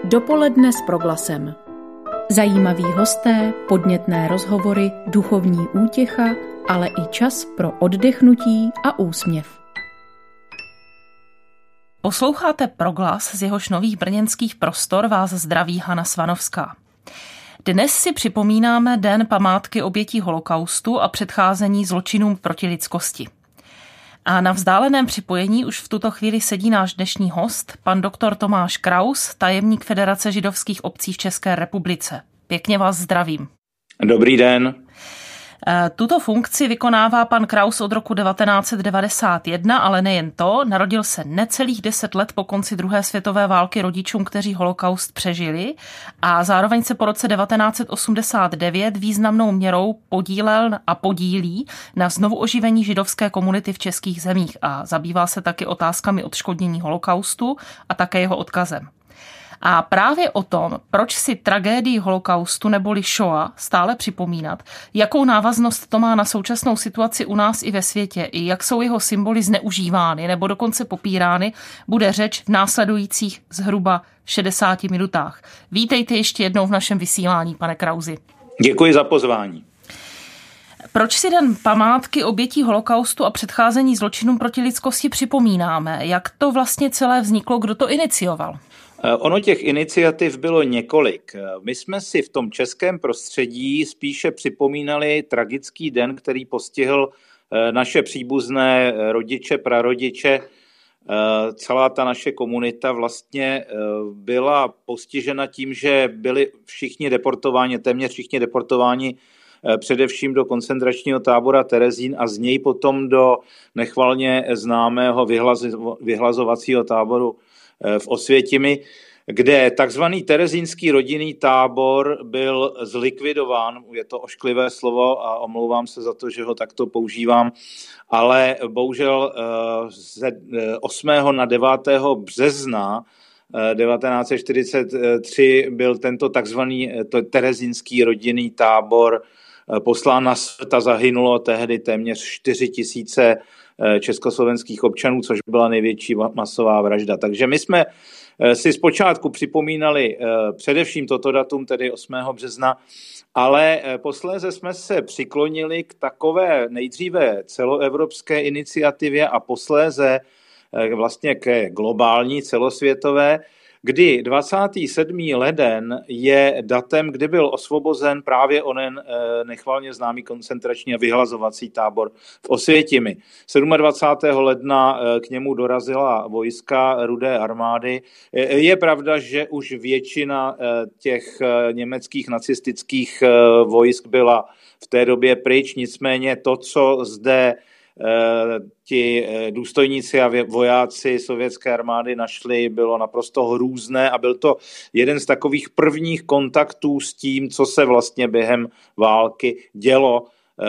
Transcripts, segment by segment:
Dopoledne s Proglasem. Zajímaví hosté, podnětné rozhovory, duchovní útěcha, ale i čas pro oddechnutí a úsměv. Posloucháte Proglas, z jehož nových brněnských prostor vás zdraví Hana Svanovská. Dnes si připomínáme Den památky obětí holokaustu a předcházení zločinům proti lidskosti. A na vzdáleném připojení už v tuto chvíli sedí náš dnešní host, pan doktor Tomáš Kraus, tajemník Federace židovských obcí v České republice. Pěkně vás zdravím. Dobrý den. Tuto funkci vykonává pan Kraus od roku 1991, ale nejen to, narodil se necelých 10 let po konci druhé světové války rodičům, kteří holokaust přežili, a zároveň se po roce 1989 významnou měrou podílel a podílí na znovuoživení židovské komunity v českých zemích a zabývá se taky otázkami odškodnění holokaustu a také jeho odkazem. A právě o tom, proč si tragédii holokaustu neboli Šoa stále připomínat, jakou návaznost to má na současnou situaci u nás i ve světě, i jak jsou jeho symboly zneužívány nebo dokonce popírány, bude řeč v následujících zhruba 60 minutách. Vítejte ještě jednou v našem vysílání, pane Krausi. Děkuji za pozvání. Proč si Den památky obětí holokaustu a předcházení zločinům proti lidskosti připomínáme? Jak to vlastně celé vzniklo, kdo to inicioval? Ono těch iniciativ bylo několik. My jsme si v tom českém prostředí spíše připomínali tragický den, který postihl naše příbuzné rodiče, prarodiče. Celá ta naše komunita vlastně byla postižena tím, že byli všichni deportováni, téměř všichni deportováni především do koncentračního tábora Terezín a z něj potom do nechvalně známého vyhlazovacího táboru v Osvětimi, kde takzvaný terezínský rodinný tábor byl zlikvidován. Je to ošklivé slovo a omlouvám se za to, že ho takto používám, ale bohužel ze 8. na 9. března 1943 byl tento takzvaný terezínský rodinný tábor poslán na smrt a zahynulo tehdy téměř 4 000 československých občanů, což byla největší masová vražda. Takže my jsme si zpočátku připomínali především toto datum, tedy 8. března, ale posléze jsme se přiklonili k takové nejdříve celoevropské iniciativě a posléze vlastně ke globální, celosvětové, kdy 27. leden je datem, kdy byl osvobozen právě onen nechvalně známý koncentrační a vyhlazovací tábor v Osvětimi. 27. ledna k němu dorazila vojska Rudé armády. Je pravda, že už většina těch německých nacistických vojsk byla v té době pryč, nicméně to, co zde ti důstojníci a vojáci sovětské armády našli, bylo naprosto hrůzné a byl to jeden z takových prvních kontaktů s tím, co se vlastně během války dělo,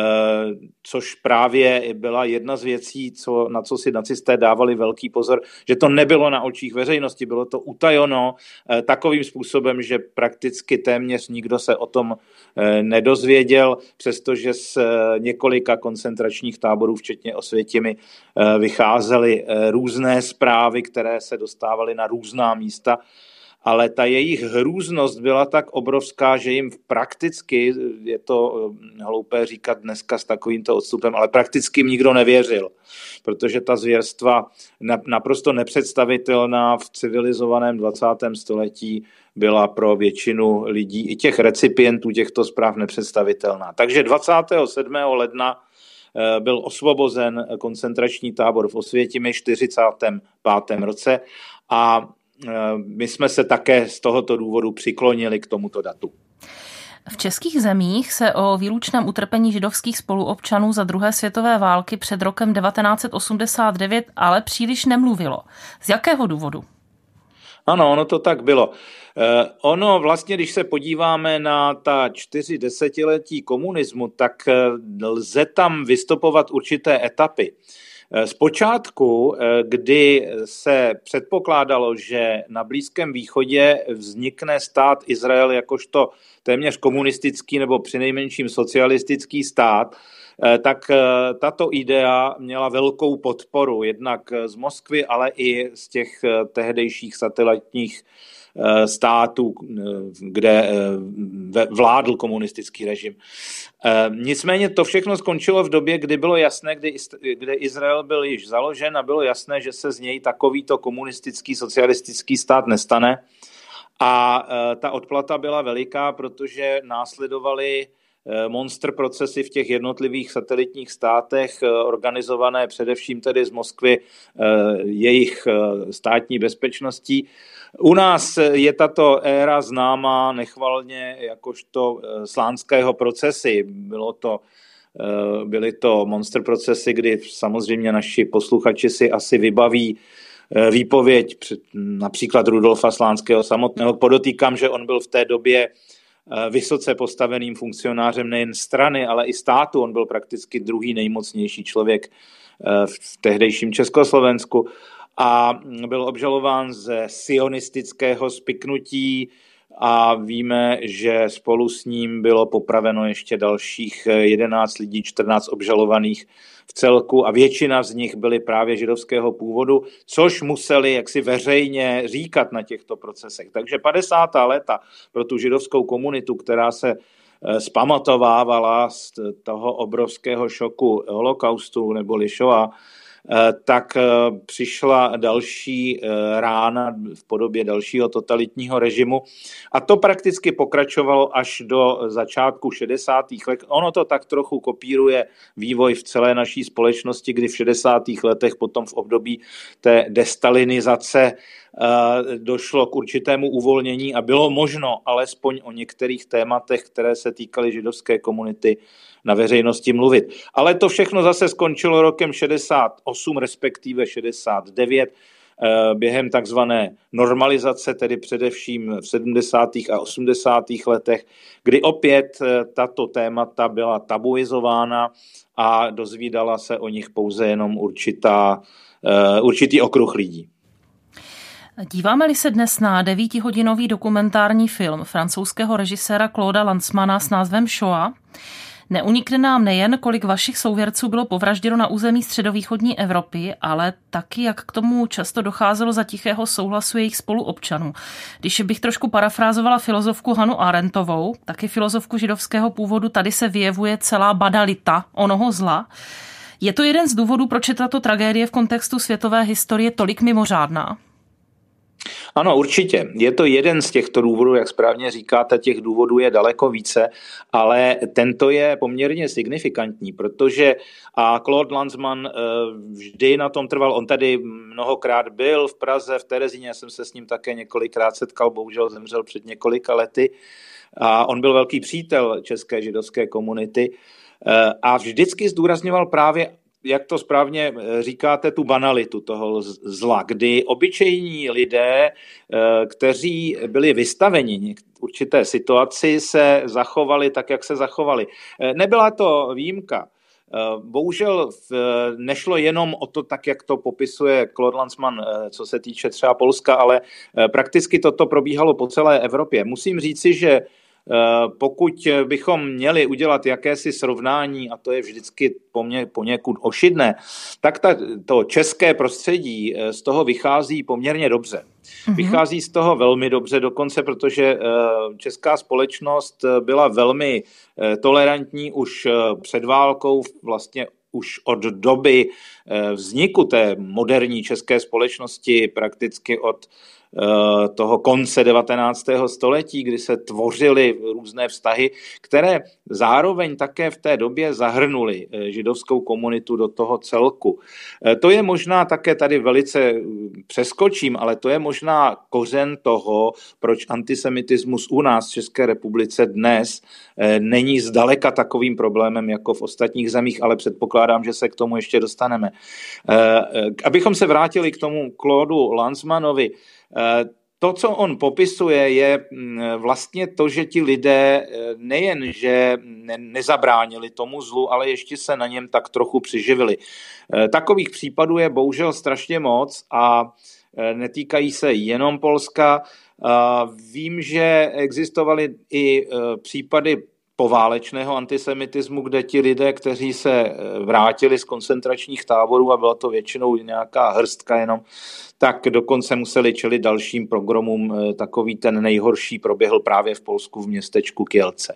což právě byla jedna z věcí, na co si nacisté dávali velký pozor, že to nebylo na očích veřejnosti, bylo to utajeno takovým způsobem, že prakticky téměř nikdo se o tom nedozvěděl, přestože z několika koncentračních táborů, včetně Osvětimi, vycházely různé zprávy, které se dostávaly na různá místa, ale ta jejich hrůznost byla tak obrovská, že jim prakticky, je to hloupé říkat dneska s takovýmto odstupem, ale prakticky jim nikdo nevěřil, protože ta zvěrstva naprosto nepředstavitelná v civilizovaném 20. století byla pro většinu lidí, i těch recipientů těchto zpráv, nepředstavitelná. Takže 27. ledna byl osvobozen koncentrační tábor v Osvětimi v 45. roce a my jsme se také z tohoto důvodu přiklonili k tomuto datu. V českých zemích se o výlučném utrpení židovských spoluobčanů za druhé světové války před rokem 1989 ale příliš nemluvilo. Z jakého důvodu? Ano, ono to tak bylo. Ono vlastně, když se podíváme na ta 4 desetiletí komunismu, tak lze tam vystopovat určité etapy. Zpočátku, kdy se předpokládalo, že na Blízkém východě vznikne stát Izrael jakožto téměř komunistický nebo přinejmenším socialistický stát, tak tato idea měla velkou podporu jednak z Moskvy, ale i z těch tehdejších satelitních států, kde vládl komunistický režim. Nicméně to všechno skončilo v době, kdy bylo jasné, kde Izrael byl již založen a bylo jasné, že se z něj takovýto komunistický, socialistický stát nestane. A ta odplata byla veliká, protože následovaly monster procesy v těch jednotlivých satelitních státech, organizované především tedy z Moskvy jejich státní bezpečností. U nás je tato éra známá nechvalně jakožto slánského procesy. Byly to monster procesy, kdy samozřejmě naši posluchači si asi vybaví výpověď například Rudolfa Slánského samotného. Podotýkám, že on byl v té době vysoce postaveným funkcionářem nejen strany, ale i státu. On byl prakticky druhý nejmocnější člověk v tehdejším Československu a byl obžalován ze sionistického spiknutí a víme, že spolu s ním bylo popraveno ještě dalších 11 lidí, 14 obžalovaných v celku a většina z nich byly právě židovského původu, což museli jaksi veřejně říkat na těchto procesech. Takže 50. léta pro tu židovskou komunitu, která se zpamatovávala z toho obrovského šoku holokaustu neboli Šoa, tak přišla další rána v podobě dalšího totalitního režimu a to prakticky pokračovalo až do začátku 60. let. Ono to tak trochu kopíruje vývoj v celé naší společnosti, kdy v 60. letech potom v období té destalinizace došlo k určitému uvolnění a bylo možno alespoň o některých tématech, které se týkaly židovské komunity, na veřejnosti mluvit. Ale to všechno zase skončilo rokem 68, respektive 69, během takzvané normalizace, tedy především v 70. a 80. letech, kdy opět tato témata byla tabuizována a dozvídala se o nich pouze jenom určitý okruh lidí. Díváme-li se dnes na 9hodinový dokumentární film francouzského režiséra Clauda Lanzmanna s názvem Shoah, neunikne nám nejen, kolik vašich souvěrců bylo povražděno na území středovýchodní Evropy, ale taky, jak k tomu často docházelo za tichého souhlasu jejich spoluobčanů. Když bych trošku parafrázovala filozofku Hanu Arendtovou, taky filozofku židovského původu, tady se vyjevuje celá badalita onoho zla. Je to jeden z důvodů, proč je tato tragédie v kontextu světové historie tolik mimořádná? Ano, určitě. Je to jeden z těchto důvodů, jak správně říkáte, těch důvodů je daleko více, ale tento je poměrně signifikantní, protože a Claude Lanzmann vždy na tom trval. On tady mnohokrát byl v Praze, v Terezíně, já jsem se s ním také několikrát setkal, bohužel zemřel před několika lety a on byl velký přítel české židovské komunity a vždycky zdůrazňoval právě, jak to správně říkáte, tu banalitu toho zla, kdy obyčejní lidé, kteří byli vystaveni určité situaci, se zachovali tak, jak se zachovali. Nebyla to výjimka. Bohužel nešlo jenom o to, tak jak to popisuje Claude Lanzmann, co se týče třeba Polska, ale prakticky toto probíhalo po celé Evropě. Musím říci, že pokud bychom měli udělat jakési srovnání, a to je vždycky poněkud ošidné, tak to české prostředí z toho vychází poměrně dobře. Vychází z toho velmi dobře dokonce, protože česká společnost byla velmi tolerantní už před válkou, vlastně už od doby vzniku té moderní české společnosti, prakticky od toho konce 19. století, kdy se tvořily různé vztahy, které zároveň také v té době zahrnuly židovskou komunitu do toho celku. To je možná také tady velice přeskočím, ale to je možná kořen toho, proč antisemitismus u nás v České republice dnes není zdaleka takovým problémem jako v ostatních zemích, ale předpokládám, že se k tomu ještě dostaneme. Abychom se vrátili k tomu Claudu Lanzmannovi, to, co on popisuje, je vlastně to, že ti lidé nejen, že nezabránili tomu zlu, ale ještě se na něm tak trochu přiživili. Takových případů je bohužel strašně moc a netýkají se jenom Polska. Vím, že existovaly i případy poválečného antisemitismu, kde ti lidé, kteří se vrátili z koncentračních táborů, a byla to většinou nějaká hrstka jenom, tak dokonce museli čelit dalším pogromům. Takový ten nejhorší proběhl právě v Polsku v městečku Kielce.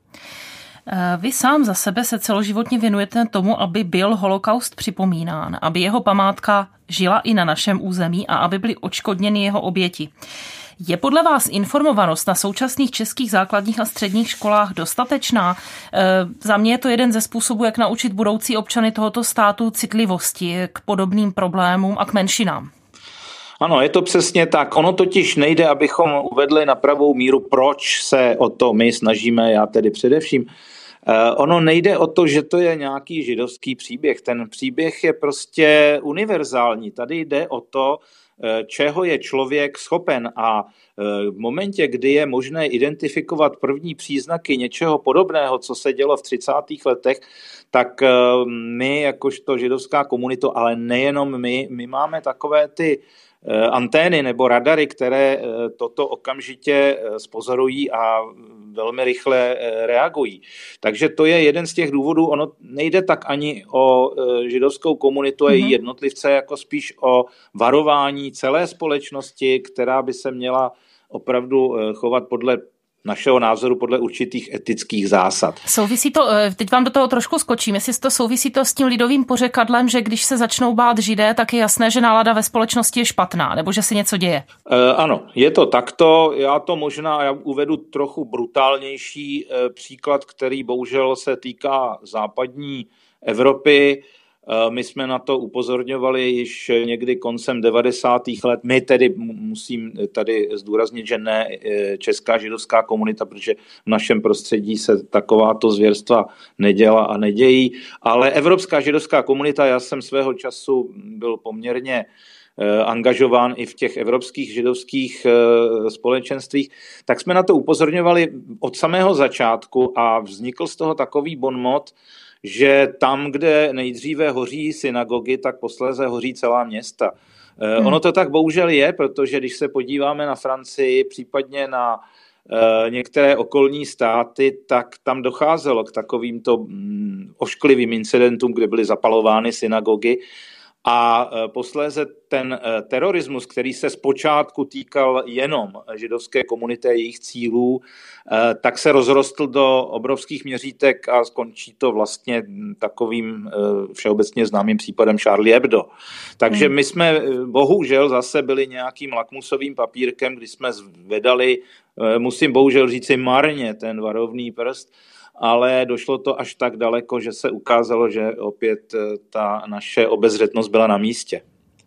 Vy sám za sebe se celoživotně věnujete tomu, aby byl holokaust připomínán, aby jeho památka žila i na našem území a aby byly odškodněny jeho oběti. Je podle vás informovanost na současných českých základních a středních školách dostatečná? Za mě je to jeden ze způsobů, jak naučit budoucí občany tohoto státu citlivosti k podobným problémům a k menšinám. Ano, je to přesně tak. Ono totiž nejde, abychom uvedli na pravou míru, proč se o to my snažíme, já tedy především. Ono nejde o to, že to je nějaký židovský příběh. Ten příběh je prostě univerzální. Tady jde o to, čeho je člověk schopen, a v momentě, kdy je možné identifikovat první příznaky něčeho podobného, co se dělo v 30. letech, tak my, jakožto židovská komunita, ale nejenom my máme takové ty antény nebo radary, které toto okamžitě spozorují a velmi rychle reagují. Takže to je jeden z těch důvodů. Ono nejde tak ani o židovskou komunitu a její jednotlivce, jako spíš o varování celé společnosti, která by se měla opravdu chovat podle našeho názoru, podle určitých etických zásad. Souvisí to, teď vám do toho trošku skočím, jestli to souvisí to s tím lidovým pořekadlem, že když se začnou bát Židé, tak je jasné, že nálada ve společnosti je špatná, nebo že se něco děje. Ano, je to takto. Já uvedu trochu brutálnější příklad, který bohužel se týká západní Evropy. My jsme na to upozorňovali již někdy koncem 90. let. My tedy musím tady zdůraznit, že ne česká židovská komunita, protože v našem prostředí se takováto zvěrstva neděla a nedějí, ale evropská židovská komunita, já jsem svého času byl poměrně angažován i v těch evropských židovských společenstvích, tak jsme na to upozorňovali od samého začátku a vznikl z toho takový bonmot, že tam, kde nejdříve hoří synagogy, tak posléze hoří celá města. Ono to tak bohužel je, protože když se podíváme na Francii, případně na některé okolní státy, tak tam docházelo k takovýmto ošklivým incidentům, kde byly zapalovány synagogy. A posléze ten terorismus, který se zpočátku týkal jenom židovské komunity a jejich cílů, tak se rozrostl do obrovských měřítek a skončí to vlastně takovým všeobecně známým případem Charlie Hebdo. Takže my jsme bohužel zase byli nějakým lakmusovým papírkem, kdy jsme zvedali, musím bohužel říci marně, ten varovný prst, ale došlo to až tak daleko, že se ukázalo, že opět ta naše obezřetnost byla na místě.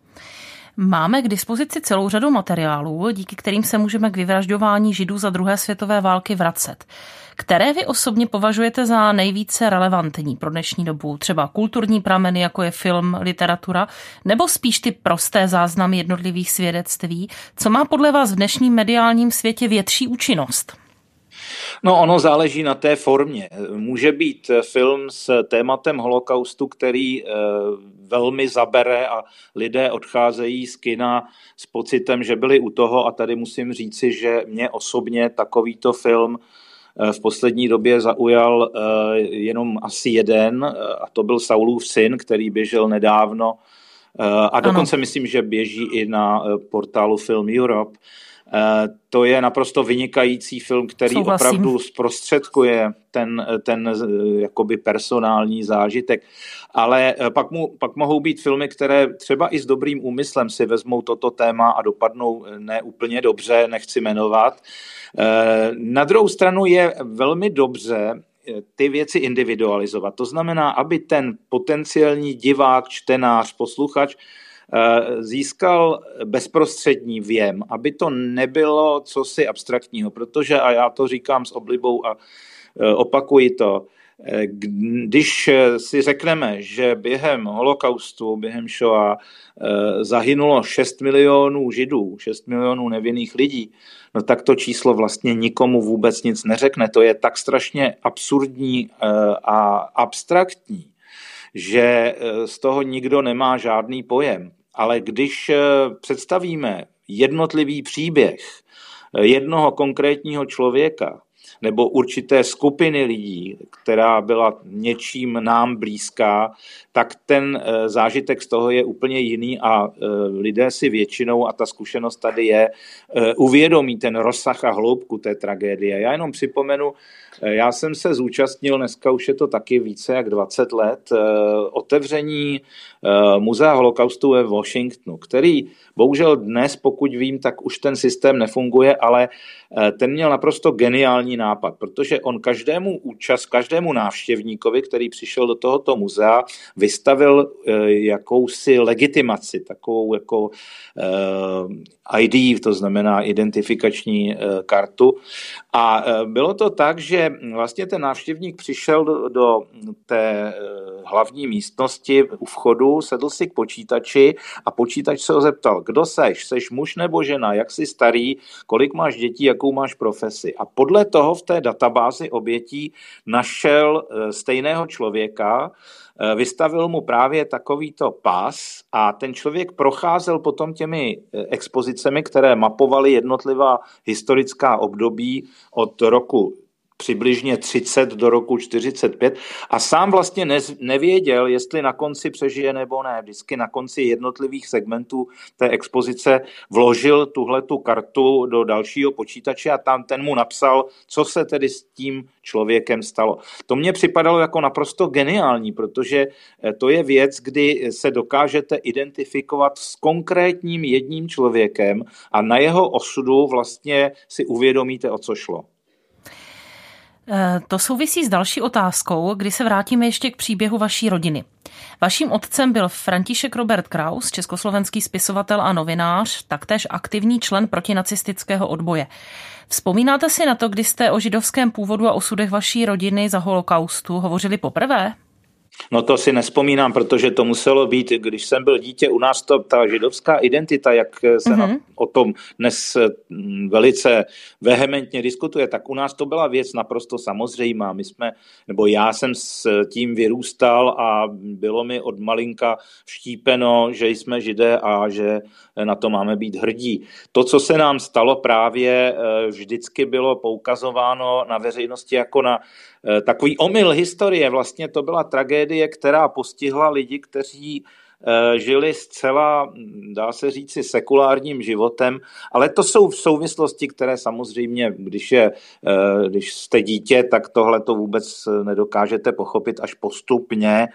Máme k dispozici celou řadu materiálů, díky kterým se můžeme k vyvražďování Židů za druhé světové války vracet. Které vy osobně považujete za nejvíce relevantní pro dnešní dobu? Třeba kulturní prameny, jako je film, literatura, nebo spíš ty prosté záznamy jednotlivých svědectví? Co má podle vás v dnešním mediálním světě větší účinnost? No, ono záleží na té formě. Může být film s tématem holokaustu, který velmi zabere a lidé odcházejí z kina s pocitem, že byli u toho, a tady musím říci, že mě osobně takovýto film v poslední době zaujal jenom asi jeden, a to byl Saulův syn, který běžel nedávno a dokonce myslím, že běží i na portálu Film Europe. To je naprosto vynikající film, který opravdu zprostředkuje ten jakoby personální zážitek. Ale pak mohou být filmy, které třeba i s dobrým úmyslem si vezmou toto téma a dopadnou neúplně dobře, nechci jmenovat. Na druhou stranu je velmi dobře ty věci individualizovat. To znamená, aby ten potenciální divák, čtenář, posluchač získal bezprostřední věm, aby to nebylo cosi abstraktního, protože, a já to říkám s oblibou a opakuji to, když si řekneme, že během holokaustu, během Shoah zahynulo 6 milionů Židů, 6 milionů nevinných lidí, no tak to číslo vlastně nikomu vůbec nic neřekne. To je tak strašně absurdní a abstraktní, že z toho nikdo nemá žádný pojem. Ale když představíme jednotlivý příběh jednoho konkrétního člověka, nebo určité skupiny lidí, která byla něčím nám blízká, tak ten zážitek z toho je úplně jiný a lidé si většinou, a ta zkušenost tady je, uvědomí ten rozsah a hloubku té tragédie. Já jenom připomenu, já jsem se zúčastnil, dneska už je to taky více jak 20 let, otevření Muzea holokaustu ve Washingtonu, který bohužel dnes, pokud vím, tak už ten systém nefunguje, ale ten měl naprosto geniální nápad, protože on každému návštěvníkovi, který přišel do tohoto muzea, vystavil jakousi legitimaci, takovou jako ID, to znamená identifikační kartu. A bylo to tak, že vlastně ten návštěvník přišel do té hlavní místnosti u vchodu, sedl si k počítači a počítač se ho zeptal, kdo seš? Seš muž nebo žena? Jak jsi starý? Kolik máš dětí? Jakou máš profesi? A podle toho v té databázi obětí našel stejného člověka, vystavil mu právě takovýto pas a ten člověk procházel potom těmi expozicemi, které mapovaly jednotlivá historická období od roku přibližně 30 do roku 45 a sám vlastně nevěděl, jestli na konci přežije nebo ne. Vždycky na konci jednotlivých segmentů té expozice vložil tuhletu kartu do dalšího počítače a tam ten mu napsal, co se tedy s tím člověkem stalo. To mně připadalo jako naprosto geniální, protože to je věc, kdy se dokážete identifikovat s konkrétním jedním člověkem a na jeho osudu vlastně si uvědomíte, o co šlo. To souvisí s další otázkou, kdy se vrátíme ještě k příběhu vaší rodiny. Vaším otcem byl František Robert Kraus, československý spisovatel a novinář, taktéž aktivní člen protinacistického odboje. Vzpomínáte si na to, kdy jste o židovském původu a osudech vaší rodiny za holokaustu hovořili poprvé? No to si nespomínám, protože to muselo být, když jsem byl dítě, u nás ta židovská identita, jak se o tom dnes velice vehementně diskutuje, tak u nás to byla věc naprosto samozřejmá. Já jsem s tím vyrůstal a bylo mi od malinka vštípeno, že jsme Židé a že na to máme být hrdí. To, co se nám stalo právě, vždycky bylo poukazováno na veřejnosti jako na takový omyl historie. Vlastně to byla tragédie, která postihla lidi, kteří žili zcela, dá se říci, sekulárním životem, ale to jsou souvislosti, které samozřejmě, když jste dítě, tak tohle to vůbec nedokážete pochopit, až postupně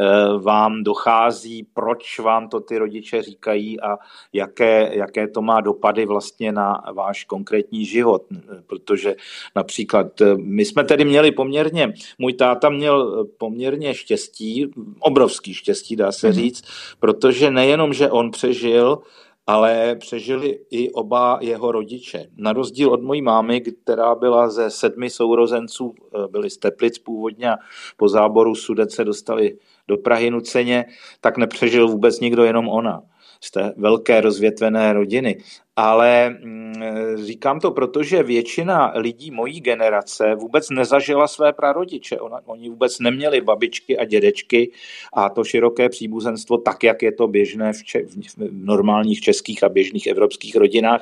vám dochází, proč vám to ty rodiče říkají a jaké to má dopady vlastně na váš konkrétní život, protože například my jsme tedy měli můj táta měl poměrně štěstí, obrovský štěstí, dá se říct, protože nejenom, že on přežil, ale přežili i oba jeho rodiče. Na rozdíl od mojí mámy, která byla ze 7 sourozenců, byli z Teplic původně a po záboru Sudet se dostali do Prahy nuceně, tak nepřežil vůbec nikdo, jenom ona z té velké rozvětvené rodiny. Ale říkám to, protože většina lidí mojí generace vůbec nezažila své prarodiče. Oni vůbec neměli babičky a dědečky a to široké příbuzenstvo, tak jak je to běžné v normálních českých a běžných evropských rodinách,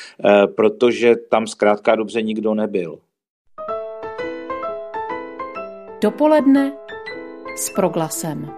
protože tam zkrátka dobře nikdo nebyl. Dopoledne s Proglasem.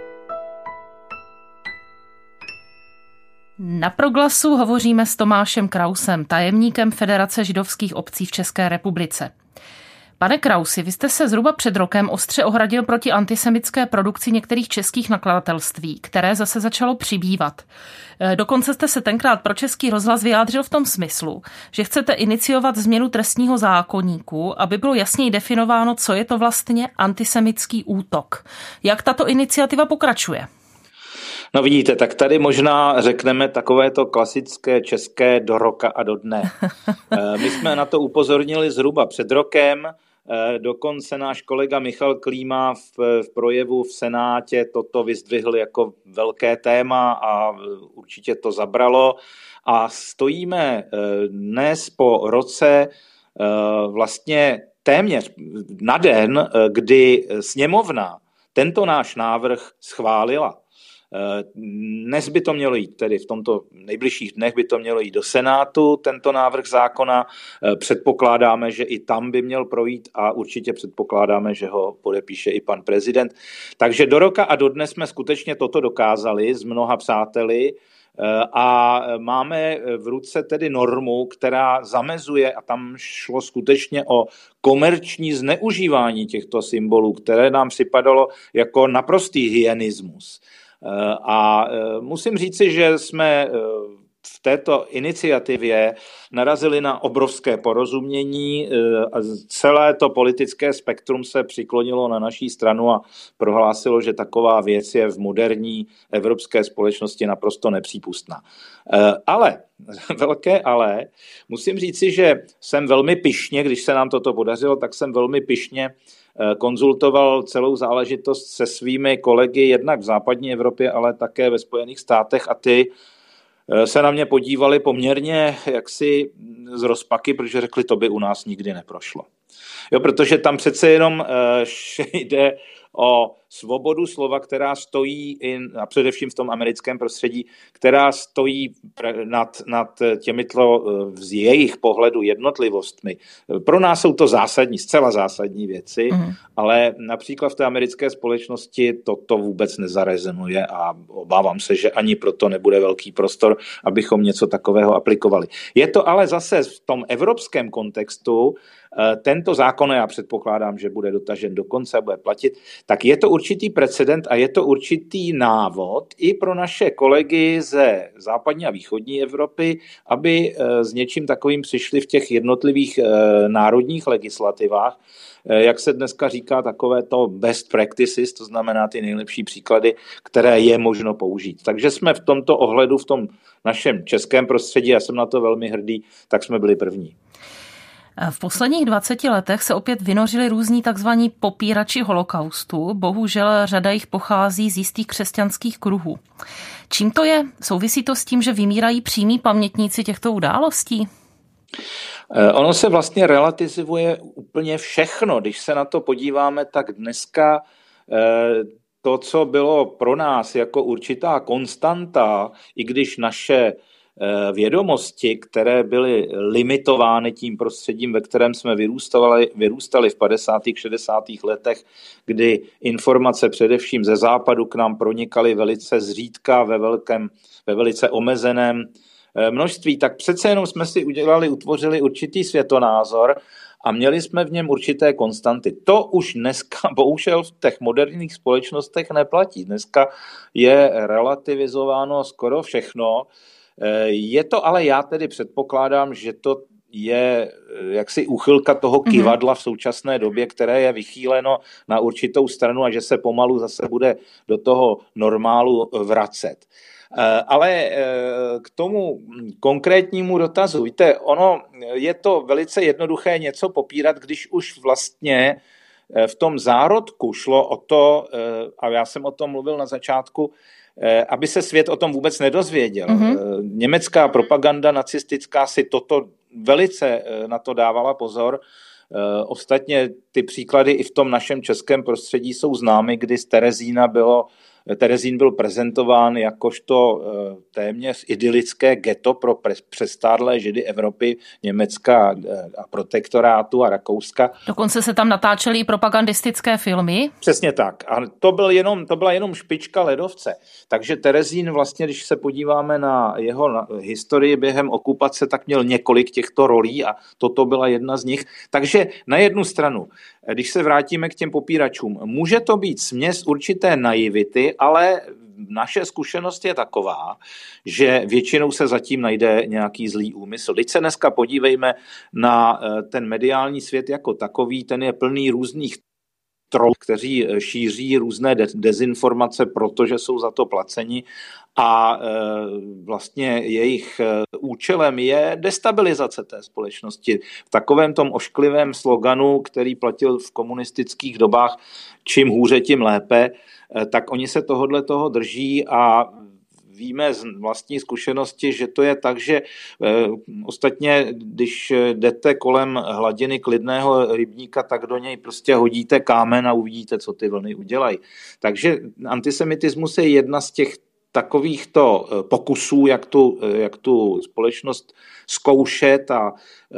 Na Proglasu hovoříme s Tomášem Krausem, tajemníkem Federace židovských obcí v České republice. Pane Krausi, vy jste se zhruba před rokem ostře ohradil proti antisemitské produkci některých českých nakladatelství, které zase začalo přibývat. Dokonce jste se tenkrát pro Český rozhlas vyjádřil v tom smyslu, že chcete iniciovat změnu trestního zákoníku, aby bylo jasněji definováno, co je to vlastně antisemitský útok. Jak tato iniciativa pokračuje? No vidíte, tak tady možná řekneme takovéto klasické české do roka a do dne. My jsme na to upozornili zhruba před rokem, dokonce náš kolega Michal Klíma v projevu v Senátě toto vyzdvihl jako velké téma a určitě to zabralo. A stojíme dnes po roce vlastně téměř na den, kdy sněmovna tento náš návrh schválila. Dnes by to mělo jít, tedy v tomto nejbližších dnech by to mělo jít do Senátu, tento návrh zákona. Předpokládáme, že i tam by měl projít a určitě předpokládáme, že ho podepíše i pan prezident. Takže do roka a do dnes jsme skutečně toto dokázali s mnoha přáteli a máme v ruce tedy normu, která zamezuje, a tam šlo skutečně o komerční zneužívání těchto symbolů, které nám připadalo jako naprostý hyenismus. A musím říci, že jsme v této iniciativě narazili na obrovské porozumění a celé to politické spektrum se přiklonilo na naší stranu a prohlásilo, že taková věc je v moderní evropské společnosti naprosto nepřípustná. Ale, velké ale, musím říci, že jsem velmi pyšně, když se nám toto podařilo, tak jsem velmi pyšně konzultoval celou záležitost se svými kolegy jednak v západní Evropě, ale také ve Spojených státech a ty se na mě podívali poměrně jaksi z rozpaky, protože řekli, to by u nás nikdy neprošlo. Jo, protože tam přece jenom jde o svobodu slova, která stojí, a především v tom americkém prostředí, která stojí nad těmito z jejich pohledu jednotlivostmi. Pro nás jsou to zásadní, zcela zásadní věci, ale například v té americké společnosti toto vůbec nezarezonuje a obávám se, že ani proto nebude velký prostor, abychom něco takového aplikovali. Je to ale zase v tom evropském kontextu, tento zákon, já předpokládám, že bude dotažen do konce a bude platit, tak je to určitý precedent a je to určitý návod i pro naše kolegy ze západní a východní Evropy, aby s něčím takovým přišli v těch jednotlivých národních legislativách. Jak se dneska říká, takové to best practices, to znamená ty nejlepší příklady, které je možno použít. Takže jsme v tomto ohledu, v tom našem českém prostředí, já jsem na to velmi hrdý, tak jsme byli první. V posledních 20 letech se opět vynořili různí takzvaní popírači holokaustu. Bohužel řada jich pochází z jistých křesťanských kruhů. Čím to je? Souvisí to s tím, že vymírají přímí pamětníci těchto událostí? Ono se vlastně relativizuje úplně všechno. Když se na to podíváme, tak dneska to, co bylo pro nás jako určitá konstanta, i když naše vědomosti, které byly limitovány tím prostředím, ve kterém jsme vyrůstali v 50. 60. letech, kdy informace především ze západu k nám pronikaly velice zřídka ve velice omezeném množství, tak přece jenom jsme si utvořili určitý světonázor a měli jsme v něm určité konstanty. To už dneska bohužel v těch moderních společnostech neplatí. Dneska je relativizováno skoro všechno. Je to ale já tedy předpokládám, že to je jaksi úchylka toho kyvadla v současné době, které je vychýleno na určitou stranu a že se pomalu zase bude do toho normálu vracet. Ale k tomu konkrétnímu dotazu, víte, ono je to velice jednoduché něco popírat, když už vlastně v tom zárodku šlo o to, a já jsem o tom mluvil na začátku, aby se svět o tom vůbec nedozvěděl. Německá propaganda nacistická si toto velice na to dávala pozor. Ostatně ty příklady i v tom našem českém prostředí jsou známy, kdy z Terezín byl prezentován jakožto téměř idylické ghetto pro přestárlé Židy Evropy, Německa a protektorátu a Rakouska. Dokonce se tam natáčely i propagandistické filmy. Přesně tak. A to byla jenom špička ledovce. Takže Terezín vlastně, když se podíváme na jeho historii během okupace, tak měl několik těchto rolí a toto byla jedna z nich. Takže na jednu stranu, když se vrátíme k těm popíračům, může to být směs určité naivity, ale naše zkušenost je taková, že většinou se zatím najde nějaký zlý úmysl. Když se dneska podívejme na ten mediální svět jako takový, ten je plný různých trolů, kteří šíří různé dezinformace, protože jsou za to placeni a vlastně jejich účelem je destabilizace té společnosti. V takovém tom ošklivém sloganu, který platil v komunistických dobách, čím hůře, tím lépe, tak oni se toho drží a víme z vlastní zkušenosti, že to je tak, že ostatně, když jdete kolem hladiny klidného rybníka, tak do něj prostě hodíte kámen a uvidíte, co ty vlny udělají. Takže antisemitismus je jedna z těch takovýchto pokusů, jak tu společnost zkoušet a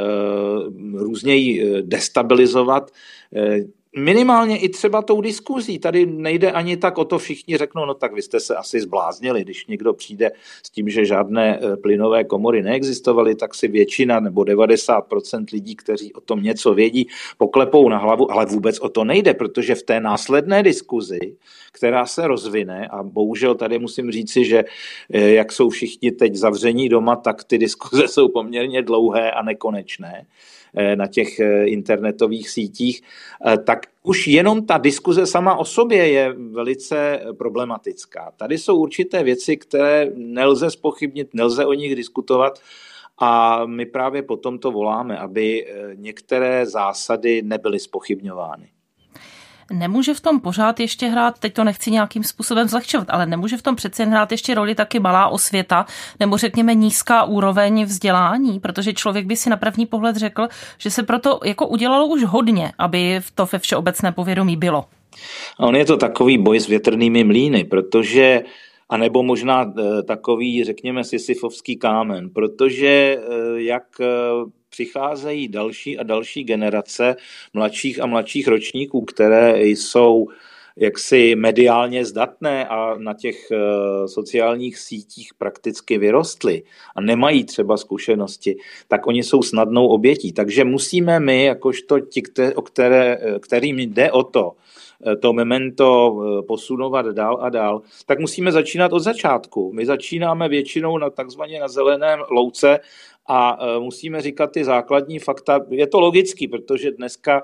různě ji destabilizovat. Minimálně i třeba tou diskuzí. Tady nejde ani tak o to, všichni řeknou, no tak vy jste se asi zbláznili, když někdo přijde s tím, že žádné plynové komory neexistovaly, tak si většina nebo 90% lidí, kteří o tom něco vědí, poklepou na hlavu, ale vůbec o to nejde, protože v té následné diskuzi, která se rozvine, a bohužel tady musím říci, že jak jsou všichni teď zavření doma, tak ty diskuze jsou poměrně dlouhé a nekonečné na těch internetových sítích, tak už jenom ta diskuze sama o sobě je velice problematická. Tady jsou určité věci, které nelze zpochybnit, nelze o nich diskutovat a my právě potom to voláme, aby některé zásady nebyly zpochybňovány. Nemůže v tom pořád ještě hrát, teď to nechci nějakým způsobem zlehčovat, ale nemůže v tom přece hrát ještě roli taky malá osvěta, nebo řekněme nízká úroveň vzdělání, protože člověk by si na první pohled řekl, že se proto jako udělalo už hodně, aby to ve všeobecné povědomí bylo. A on je to takový boj s větrnými mlýny, protože a nebo možná takový, řekněme, sisyfovský kámen, protože jak přicházejí další a další generace mladších a mladších ročníků, které jsou jaksi mediálně zdatné a na těch sociálních sítích prakticky vyrostly a nemají třeba zkušenosti, tak oni jsou snadnou obětí. Takže musíme my, jakožto ti, kterým jde o to memento posunovat dál a dál, tak musíme začínat od začátku. My začínáme většinou takzvaně na zeleném louce a musíme říkat ty základní fakta. Je to logický, protože dneska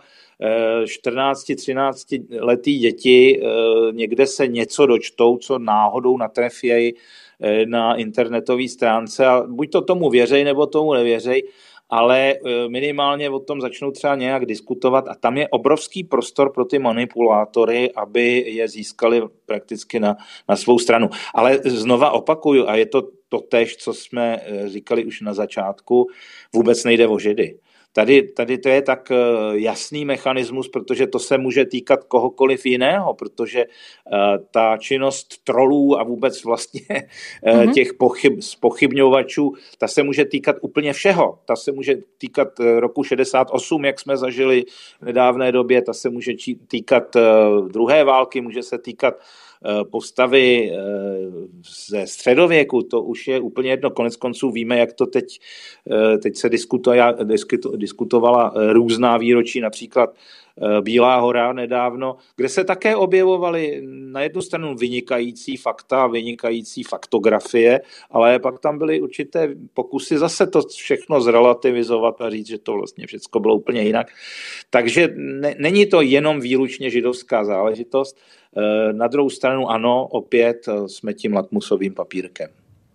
14-13 letý děti někde se něco dočtou, co náhodou natrefějí na internetové stránce a buď to tomu věřej, nebo tomu nevěřej, ale minimálně o tom začnou třeba nějak diskutovat a tam je obrovský prostor pro ty manipulátory, aby je získali prakticky na svou stranu. Ale znova opakuju, a je to totéž, co jsme říkali už na začátku, vůbec nejde o Židy. Tady to je tak jasný mechanismus, protože to se může týkat kohokoliv jiného, protože ta činnost trolů a vůbec vlastně těch zpochybňovačů, ta se může týkat úplně všeho. Ta se může týkat roku 68, jak jsme zažili v nedávné době, ta se může týkat druhé války, může se týkat postavy ze středověku, to už je úplně jedno. Konec konců víme, jak to teď se diskutovala různá výročí, například Bílá hora nedávno, kde se také objevovaly na jednu stranu vynikající fakta, vynikající faktografie, ale pak tam byly určité pokusy zase to všechno zrelativizovat a říct, že to vlastně všechno bylo úplně jinak. Takže není to jenom výlučně židovská záležitost. Na druhou stranu ano, opět jsme tím lakmusovým papírkem.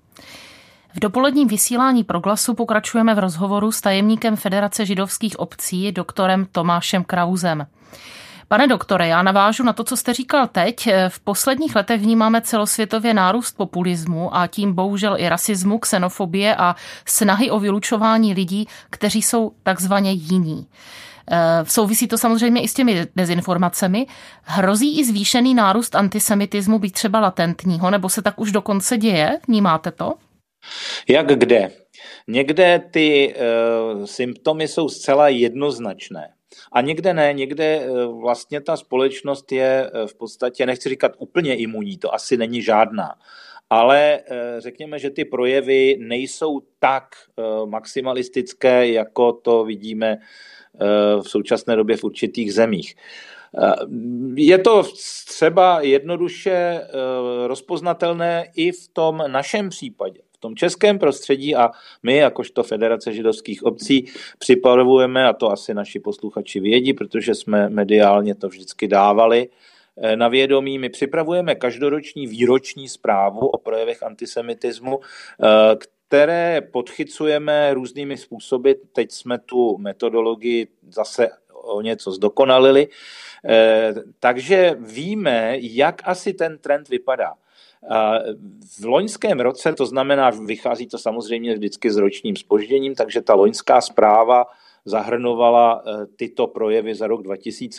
V dopoledním vysílání Proglasu pokračujeme v rozhovoru s tajemníkem Federace židovských obcí, doktorem Tomášem Krausem. Pane doktore, já navážu na to, co jste říkal teď. V posledních letech vnímáme celosvětově nárůst populismu a tím bohužel i rasismu, xenofobie a snahy o vylučování lidí, kteří jsou takzvaně jiní. Souvisí to samozřejmě i s těmi dezinformacemi. Hrozí i zvýšený nárůst antisemitismu, být třeba latentního, nebo se tak už dokonce děje? Vnímáte to? Jak kde? Někde ty symptomy jsou zcela jednoznačné. A někde ne, někde vlastně ta společnost je v podstatě, nechci říkat úplně imunní, to asi není žádná. Ale řekněme, že ty projevy nejsou tak maximalistické, jako to vidíme v současné době v určitých zemích. Je to třeba jednoduše rozpoznatelné i v tom našem případě, v tom českém prostředí a my, jakožto Federace židovských obcí, připravujeme, a to asi naši posluchači vědí, protože jsme mediálně to vždycky dávali na vědomí, my připravujeme každoroční výroční zprávu o projevech antisemitismu, které podchycujeme různými způsoby. Teď jsme tu metodologii zase o něco zdokonalili, takže víme, jak asi ten trend vypadá. V loňském roce, to znamená, vychází to samozřejmě vždycky s ročním zpožděním, takže ta loňská zpráva zahrnovala tyto projevy za rok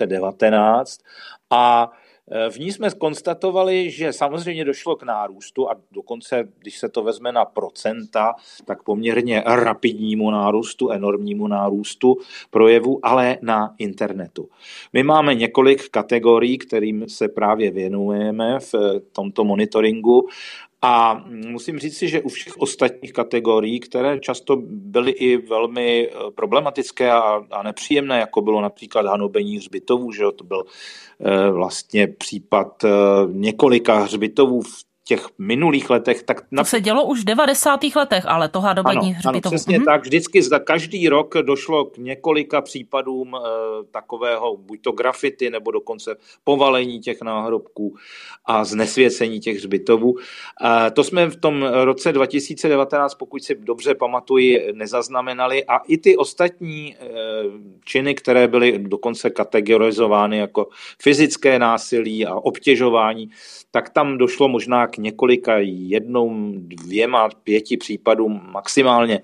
2019 a v ní jsme konstatovali, že samozřejmě došlo k nárůstu a dokonce, když se to vezme na procenta, tak poměrně rapidnímu nárůstu, enormnímu nárůstu projevů, ale na internetu. My máme několik kategorií, kterým se právě věnujeme v tomto monitoringu. A musím říct si, že u všech ostatních kategorií, které často byly i velmi problematické a nepříjemné, jako bylo například hanobení hřbitovů, že to byl vlastně případ několika hřbitovů v těch minulých letech. To se dělo už v 90. letech, ale to hanobení hřbitovů. Ano, přesně tak. Vždycky za každý rok došlo k několika případům takového, buď to grafity, nebo dokonce povalení těch náhrobků a znesvěcení těch hřbitovů. To jsme v tom roce 2019, pokud si dobře pamatuji, nezaznamenali a i ty ostatní činy, které byly dokonce kategorizovány jako fyzické násilí a obtěžování, tak tam došlo možná k několika, 1, 2, 5 případům maximálně.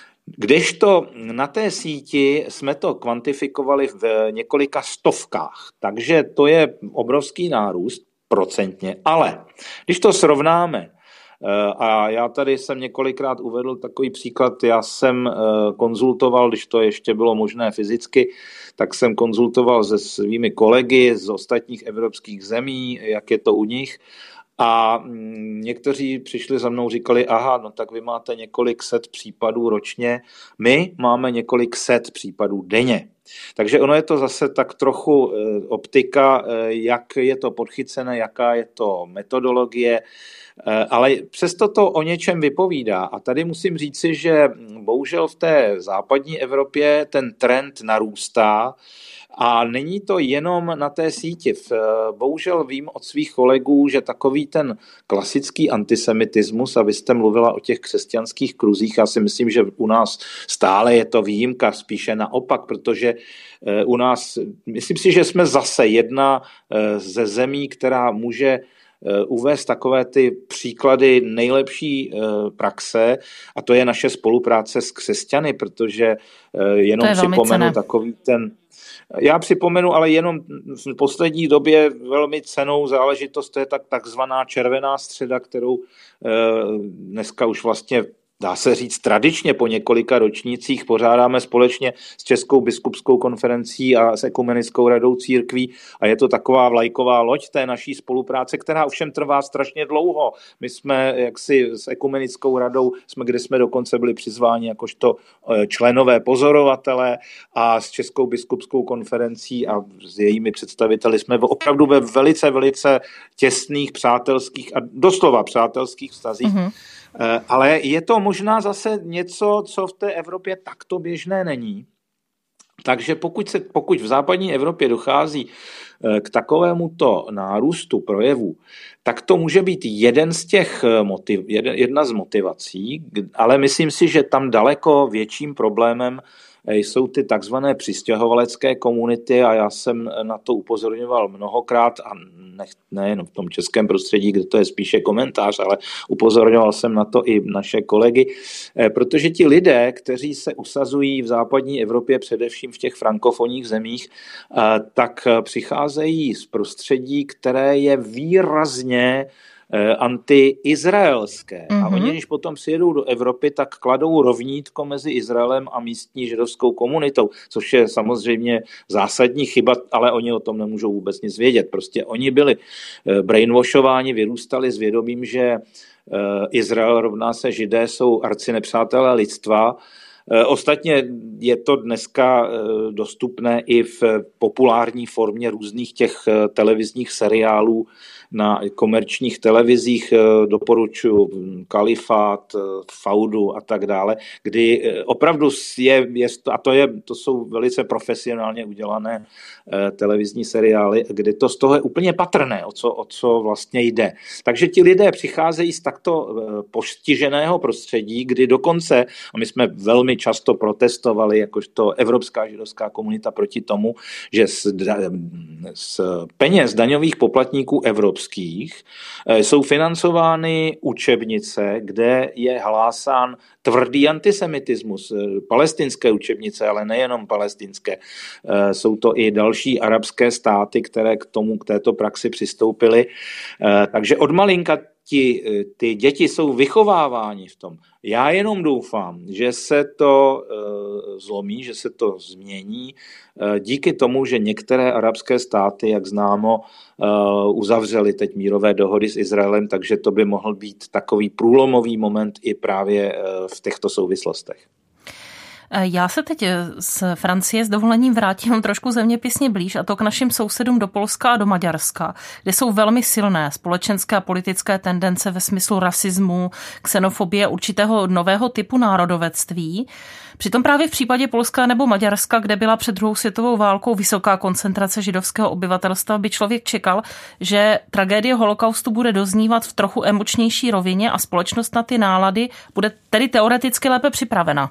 Kdežto na té síti jsme to kvantifikovali v několika stovkách, takže to je obrovský nárůst procentně, ale když to srovnáme, a já tady jsem několikrát uvedl takový příklad, já jsem konzultoval, když to ještě bylo možné fyzicky, tak jsem konzultoval se svými kolegy z ostatních evropských zemí, jak je to u nich. A někteří přišli za mnou, říkali, aha, no tak vy máte několik set případů ročně, my máme několik set případů denně. Takže ono je to zase tak trochu optika, jak je to podchycené, jaká je to metodologie, ale přesto to o něčem vypovídá. A tady musím říci, že bohužel v té západní Evropě ten trend narůstá, a není to jenom na té síti. Bohužel vím od svých kolegů, že takový ten klasický antisemitismus, a vy jste mluvila o těch křesťanských kruzích, já si myslím, že u nás stále je to výjimka, spíše naopak, protože u nás, myslím si, že jsme zase jedna ze zemí, která může uvést takové ty příklady nejlepší praxe, a to je naše spolupráce s křesťany, protože jenom připomenu takový ten... Já připomenu, ale jenom v poslední době velmi cennou záležitost, to je takzvaná červená středa, kterou dneska už vlastně dá se říct tradičně po několika ročnících pořádáme společně s Českou biskupskou konferencí a s Ekumenickou radou církví a je to taková vlajková loď té naší spolupráce, která ovšem trvá strašně dlouho. My jsme jaksi s Ekumenickou radou, kde jsme dokonce byli přizváni jakožto členové pozorovatele a s Českou biskupskou konferencí a s jejími představiteli jsme opravdu ve velice, velice těsných přátelských a doslova přátelských vztazích. Mm-hmm. Ale je to možná zase něco, co v té Evropě takto běžné není. Takže pokud v západní Evropě dochází k takovémuto nárůstu projevů, tak to může být jedna z motivací, ale myslím si, že tam daleko větším problémem jsou ty takzvané přistěhovalecké komunity a já jsem na to upozorňoval mnohokrát a nejen v tom českém prostředí, kde to je spíše komentář, ale upozorňoval jsem na to i naše kolegy, protože ti lidé, kteří se usazují v západní Evropě, především v těch frankofonních zemích, tak přicházejí z prostředí, které je výrazně antiizraelské. Mm-hmm. A oni, když potom přijedou do Evropy, tak kladou rovnítko mezi Izraelem a místní židovskou komunitou, což je samozřejmě zásadní chyba, ale oni o tom nemůžou vůbec nic vědět. Prostě oni byli brainwashováni, vyrůstali s vědomím, že Izrael rovná se Židé, jsou arcinepřátelé lidstva. Ostatně je to dneska dostupné i v populární formě různých těch televizních seriálů na komerčních televizích, doporučuji Kalifát, Faudu a tak dále, kdy opravdu to jsou velice profesionálně udělané televizní seriály, kdy to z toho je úplně patrné, o co vlastně jde. Takže ti lidé přicházejí z takto postiženého prostředí, kdy dokonce, a my jsme velmi často protestovali, jakožto Evropská židovská komunita proti tomu, že z peněz daňových poplatníků evropských evropských jsou financovány učebnice, kde je hlásán tvrdý antisemitismus. Palestinské učebnice, ale nejenom palestinské. Jsou to i další arabské státy, které k této praxi přistoupily. Takže od malinka ty děti jsou vychováváni v tom. Já jenom doufám, že se to zlomí, že se to změní díky tomu, že některé arabské státy, jak známo, uzavřely teď mírové dohody s Izraelem, takže to by mohl být takový průlomový moment i právě v těchto souvislostech. Já se teď z Francie s dovolením vrátím trošku zeměpisně blíž, a to k našim sousedům do Polska a do Maďarska, kde jsou velmi silné společenské a politické tendence ve smyslu rasismu, xenofobie, určitého nového typu národovectví. Přitom právě v případě Polska nebo Maďarska, kde byla před druhou světovou válkou vysoká koncentrace židovského obyvatelstva, by člověk čekal, že tragédie holokaustu bude doznívat v trochu emočnější rovině a společnost na ty nálady bude tedy teoreticky lépe připravena.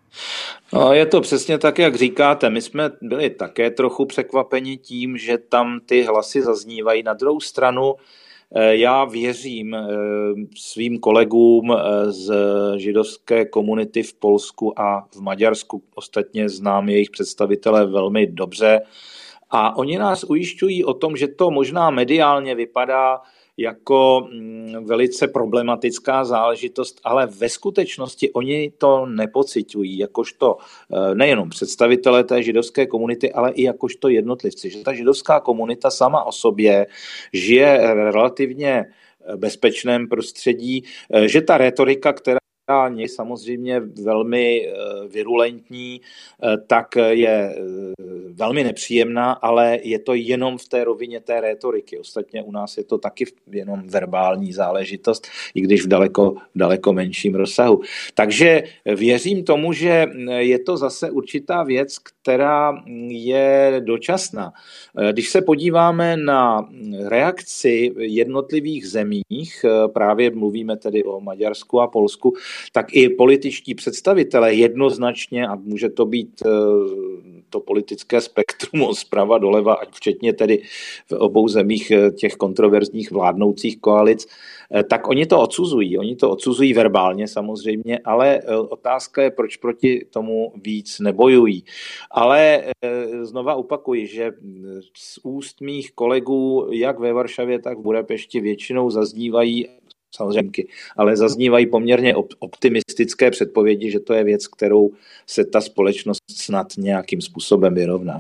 No, je to přesně tak, jak říkáte. My jsme byli také trochu překvapeni tím, že tam ty hlasy zaznívají. Na druhou stranu já věřím svým kolegům z židovské komunity v Polsku a v Maďarsku. Ostatně znám jejich představitele velmi dobře. A oni nás ujišťují o tom, že to možná mediálně vypadá jako velice problematická záležitost, ale ve skutečnosti oni to nepociťují, jakožto nejenom představitelé té židovské komunity, ale i jakožto jednotlivci. Že ta židovská komunita sama o sobě žije relativně bezpečném prostředí, že ta retorika, která je samozřejmě velmi virulentní, tak je velmi nepříjemná, ale je to jenom v té rovině té rétoriky. Ostatně u nás je to taky jenom verbální záležitost, i když v daleko menším rozsahu. Takže věřím tomu, že je to zase určitá věc, která je dočasná. Když se podíváme na reakci jednotlivých zemích, právě mluvíme tedy o Maďarsku a Polsku, tak i političtí představitelé jednoznačně, a může to být to politické spektrum od zprava doleva, ať včetně tedy v obou zemích těch kontroverzních vládnoucích koalic, tak oni to odsuzují. Oni to odsuzují verbálně samozřejmě, ale otázka je, proč proti tomu víc nebojují. Ale znova opakuji, že z úst mých kolegů jak ve Varšavě, tak v Budapešti většinou zaznívají samozřejmě, ale zaznívají poměrně optimistické předpovědi, že to je věc, kterou se ta společnost snad nějakým způsobem vyrovná.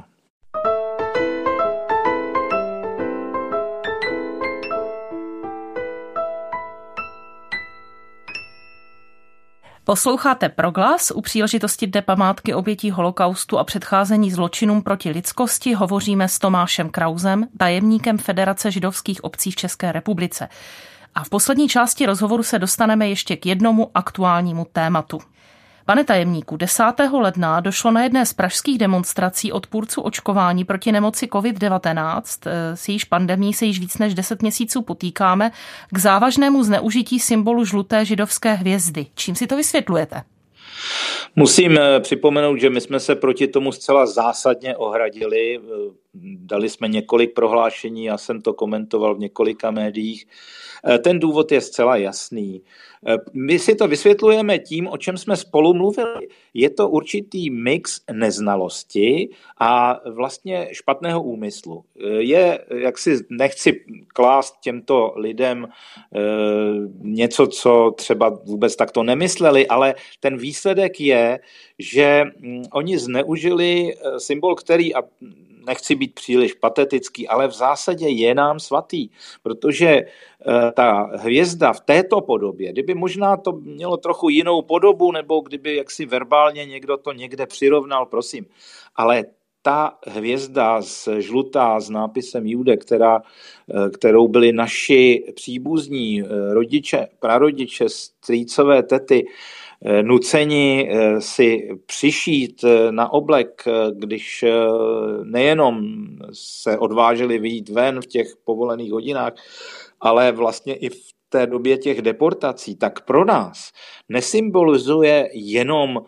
Posloucháte Proglas. U příležitosti Dne památky obětí holokaustu a předcházení zločinům proti lidskosti hovoříme s Tomášem Krausem, tajemníkem Federace židovských obcí v České republice. A v poslední části rozhovoru se dostaneme ještě k jednomu aktuálnímu tématu. Pane tajemníku, 10. ledna došlo na jedné z pražských demonstrací odpůrců očkování proti nemoci COVID-19, s jejíž pandemií se již víc než 10 měsíců potýkáme, k závažnému zneužití symbolu žluté židovské hvězdy. Čím si to vysvětlujete? Musím připomenout, že my jsme se proti tomu zcela zásadně ohradili. Dali jsme několik prohlášení, já jsem to komentoval v několika médiích. Ten důvod je zcela jasný. My si to vysvětlujeme tím, o čem jsme spolu mluvili. Je to určitý mix neznalosti a vlastně špatného úmyslu. Nechci klást těmto lidem něco, co třeba vůbec takto nemysleli, ale ten výsledek je, že oni zneužili symbol, který, a nechci být příliš patetický, ale v zásadě je nám svatý, protože ta hvězda v této podobě, kdyby možná to mělo trochu jinou podobu, nebo kdyby jaksi verbálně někdo to někde přirovnal, prosím, ale ta hvězda žlutá s nápisem Jude, kterou byli naši příbuzní rodiče, prarodiče, strýcové, tety, nuceni si přišít na oblek, když nejenom se odváželi vyjít ven v těch povolených hodinách, ale vlastně i v té době těch deportací, tak pro nás nesymbolizuje jenom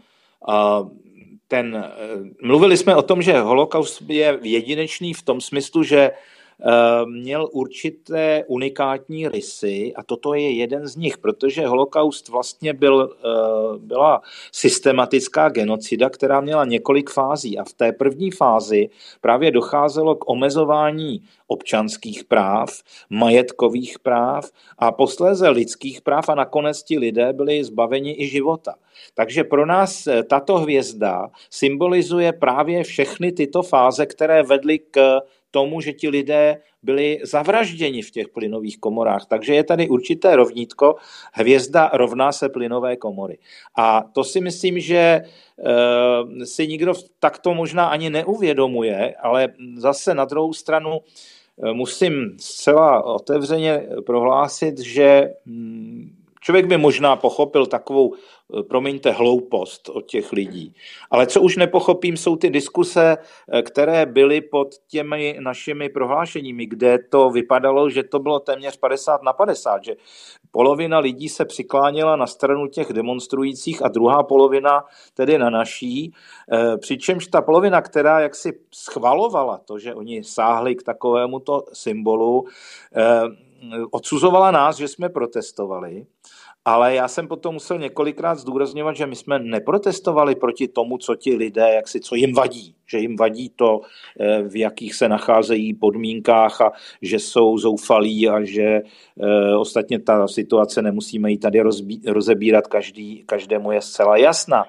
mluvili jsme o tom, že holokaust je jedinečný v tom smyslu, že měl určité unikátní rysy a toto je jeden z nich, protože holokaust vlastně byla systematická genocida, která měla několik fází a v té první fázi právě docházelo k omezování občanských práv, majetkových práv a posléze lidských práv a nakonec ti lidé byli zbaveni i života. Takže pro nás tato hvězda symbolizuje právě všechny tyto fáze, které vedly k tomu, že ti lidé byli zavražděni v těch plynových komorách. Takže je tady určité rovnítko, hvězda rovná se plynové komory. A to si myslím, že si nikdo takto možná ani neuvědomuje, ale zase na druhou stranu musím zcela otevřeně prohlásit, že člověk by možná pochopil takovou, promiňte, hloupost od těch lidí. Ale co už nepochopím, jsou ty diskuse, které byly pod těmi našimi prohlášeními, kde to vypadalo, že to bylo téměř 50-50, že polovina lidí se přikláněla na stranu těch demonstrujících a druhá polovina tedy na naší. Přičemž ta polovina, která jaksi schvalovala to, že oni sáhli k takovémuto symbolu, odsuzovala nás, že jsme protestovali, ale já jsem potom musel několikrát zdůrazňovat, že my jsme neprotestovali proti tomu, co ti lidé, co jim vadí. Že jim vadí to, v jakých se nacházejí podmínkách a že jsou zoufalí a že ostatně ta situace nemusíme ji tady rozebírat, každému je zcela jasná.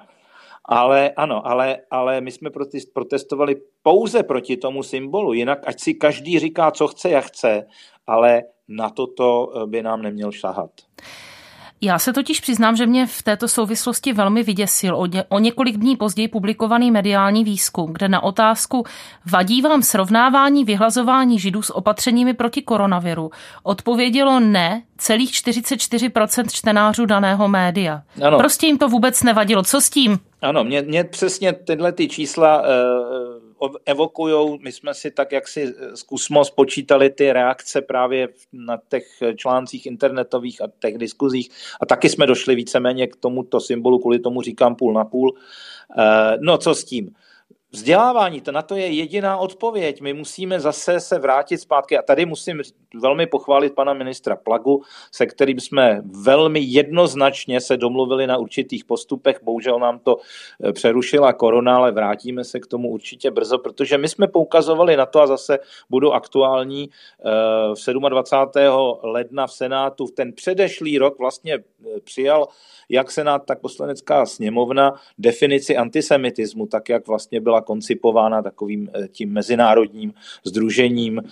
Ale my jsme protestovali pouze proti tomu symbolu, jinak ať si každý říká, co chce, jak chce, ale na toto by nám neměl šahat. Já se totiž přiznám, že mě v této souvislosti velmi vyděsil o několik dní později publikovaný mediální výzkum, kde na otázku vadí vám srovnávání vyhlazování Židů s opatřeními proti koronaviru odpovědělo ne celých 44% čtenářů daného média. Ano. Prostě jim to vůbec nevadilo. Co s tím? Ano, mě přesně tyhle ty čísla evokujou. My jsme si tak jaksi zkusmo spočítali ty reakce právě na těch článcích internetových a těch diskuzích a taky jsme došli víceméně k tomuto symbolu, kvůli tomu říkám půl na půl. No co s tím? Vzdělávání, na to je jediná odpověď. My musíme zase se vrátit zpátky a tady musím velmi pochválit pana ministra Plagu, se kterým jsme velmi jednoznačně se domluvili na určitých postupech. Bohužel nám to přerušila korona, ale vrátíme se k tomu určitě brzo, protože my jsme poukazovali na to a zase budu aktuální 27. ledna v Senátu. V ten předešlý rok vlastně přijal jak Senát, tak Poslanecká sněmovna definici antisemitismu, tak jak vlastně byla koncipována takovým tím mezinárodním sdružením,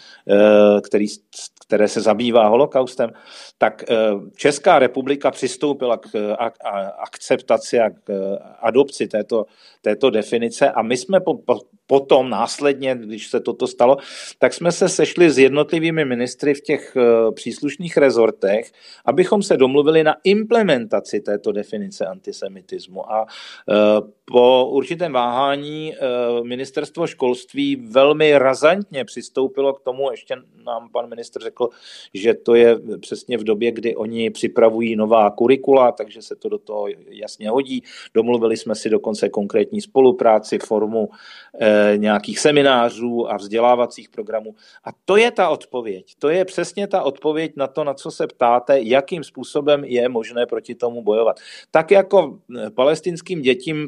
které se zabývá holokaustem, tak Česká republika přistoupila k akceptaci a k adopci této definice a my jsme potom následně, když se toto stalo, tak jsme se sešli s jednotlivými ministry v těch příslušných rezortech, abychom se domluvili na implementaci této definice antisemitismu. A po určitém váhání ministerstvo školství velmi razantně přistoupilo k tomu, ještě nám pan ministr řekl, že to je přesně v době, kdy oni připravují nová kurikula, takže se to do toho jasně hodí. Domluvili jsme si dokonce konkrétní spolupráci, formu nějakých seminářů a vzdělávacích programů. A to je ta odpověď. To je přesně ta odpověď na to, na co se ptáte, jakým způsobem je možné proti tomu bojovat. Tak jako palestinským dětem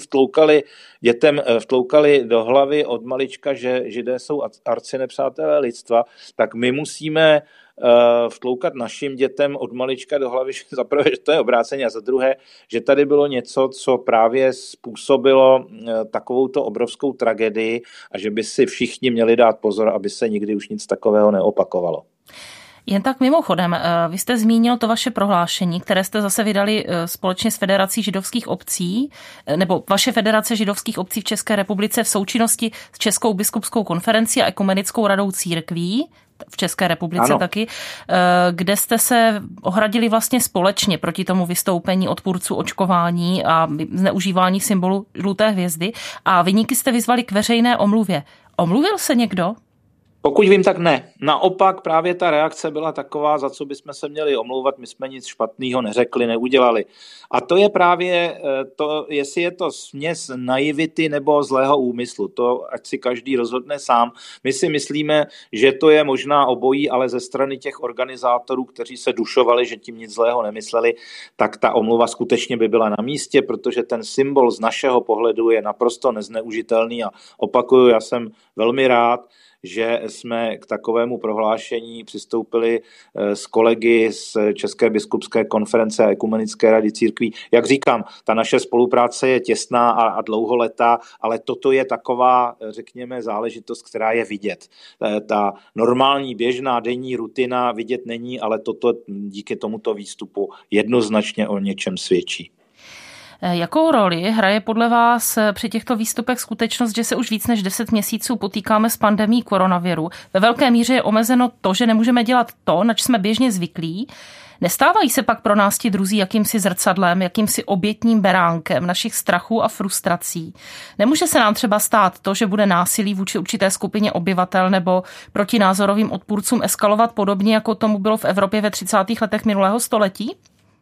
vtloukali do hlavy od malička, že Židé jsou arcinepřátelé lidstva, tak my musíme vtloukat našim dětem od malička do hlavy, že za prvé, že to je obráceně a za druhé, že tady bylo něco, co právě způsobilo takovouto obrovskou tragédii a že by si všichni měli dát pozor, aby se nikdy už nic takového neopakovalo. Jen tak mimochodem, vy jste zmínil to vaše prohlášení, které jste zase vydali společně s Federací židovských obcí, nebo vaše Federace židovských obcí v České republice v součinnosti s Českou biskupskou konferencí a Ekumenickou radou církví v České republice ano. Taky, kde jste se ohradili vlastně společně proti tomu vystoupení odpůrců očkování a zneužívání symbolu žluté hvězdy a viníky jste vyzvali k veřejné omluvě. Omluvil se někdo? Pokud vím, tak ne. Naopak právě ta reakce byla taková, za co bychom se měli omlouvat, my jsme nic špatného neřekli, neudělali. A to je právě to, jestli je to směs naivity nebo zlého úmyslu, to ať si každý rozhodne sám. My si myslíme, že to je možná obojí, ale ze strany těch organizátorů, kteří se dušovali, že tím nic zlého nemysleli, tak ta omluva skutečně by byla na místě, protože ten symbol z našeho pohledu je naprosto nezneužitelný a opakuju, já jsem velmi rád, že jsme k takovému prohlášení přistoupili s kolegy z České biskupské konference a Ekumenické rady církví. Jak říkám, ta naše spolupráce je těsná a dlouholetá, ale toto je taková, řekněme, záležitost, která je vidět. Ta normální běžná denní rutina vidět není, ale toto díky tomuto výstupu jednoznačně o něčem svědčí. Jakou roli hraje podle vás při těchto výstupech skutečnost, že se už víc než 10 měsíců potýkáme s pandemií koronaviru? Ve velké míře je omezeno to, že nemůžeme dělat to, nač jsme běžně zvyklí. Nestávají se pak pro nás ti druzí jakýmsi zrcadlem, jakýmsi obětním beránkem našich strachů a frustrací? Nemůže se nám třeba stát to, že bude násilí vůči určité skupině obyvatel nebo proti názorovým odpůrcům eskalovat podobně, jako tomu bylo v Evropě ve 30. letech minulého století?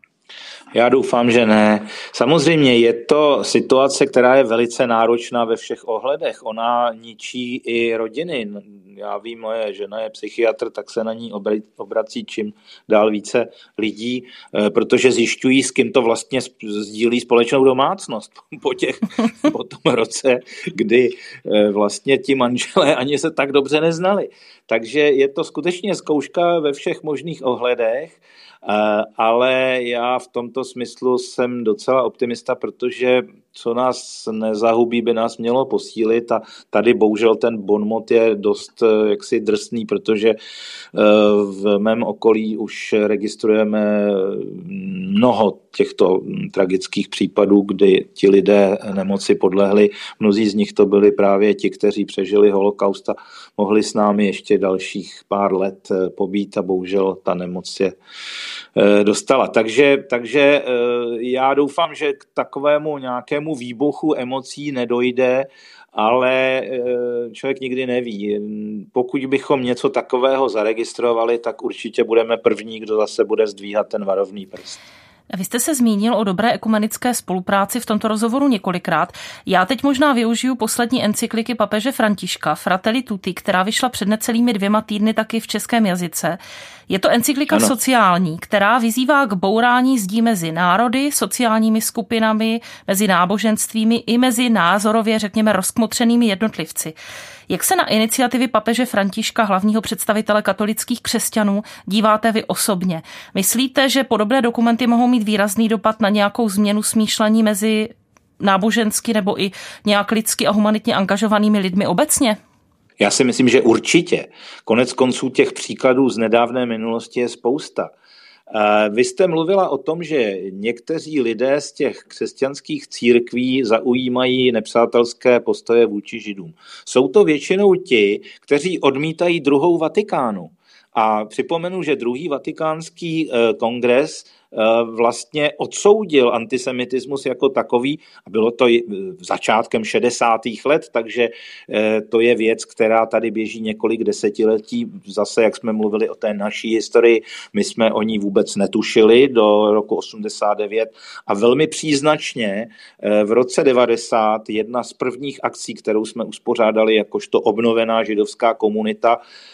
Já doufám, že ne. Samozřejmě je to situace, která je velice náročná ve všech ohledech. Ona ničí i rodiny. Já vím, moje žena je psychiatr, tak se na ní obrací čím dál více lidí, protože zjišťují, s kým to vlastně sdílí společnou domácnost po tom roce, kdy vlastně ti manželé ani se tak dobře neznali. Takže je to skutečně zkouška ve všech možných ohledech, ale já v tomto smyslu jsem docela optimista, protože co nás nezahubí, by nás mělo posílit a tady bohužel ten bonmot je dost jaksi drsný, protože v mém okolí už registrujeme mnoho těchto tragických případů, kdy ti lidé nemoci podlehli. Mnozí z nich to byli právě ti, kteří přežili holokaust a mohli s námi ještě dalších pár let pobít a bohužel ta nemoc je dostala. Takže já doufám, že k takovému nějakému výbuchu emocí nedojde, ale člověk nikdy neví. Pokud bychom něco takového zaregistrovali, tak určitě budeme první, kdo zase bude zdvíhat ten varovný prst. Vy jste se zmínil o dobré ekumenické spolupráci v tomto rozhovoru několikrát. Já teď možná využiju poslední encykliky papeže Františka, Fratelli Tutti, která vyšla před necelými 2 týdny taky v českém jazyce. Je to encyklika sociální, která vyzývá k bourání zdí mezi národy, sociálními skupinami, mezi náboženstvími i mezi názorově, řekněme, rozkmotřenými jednotlivci. Jak se na iniciativy papeže Františka, hlavního představitele katolických křesťanů, díváte vy osobně? Myslíte, že podobné dokumenty mohou mít výrazný dopad na nějakou změnu smýšlení mezi nábožensky nebo i nějak lidsky a humanitně angažovanými lidmi obecně? Já si myslím, že určitě. Konec konců těch příkladů z nedávné minulosti je spousta. Vy jste mluvila o tom, že někteří lidé z těch křesťanských církví zaujímají nepřátelské postoje vůči Židům. Jsou to většinou ti, kteří odmítají druhou Vatikánu. A připomenu, že druhý vatikánský kongres vlastně odsoudil antisemitismus jako takový a bylo to začátkem 60. let, takže to je věc, která tady běží několik desetiletí. Zase, jak jsme mluvili o té naší historii, my jsme o ní vůbec netušili do roku 89 a velmi příznačně v roce 90 jedna z prvních akcí, kterou jsme uspořádali jakožto obnovená židovská komunita,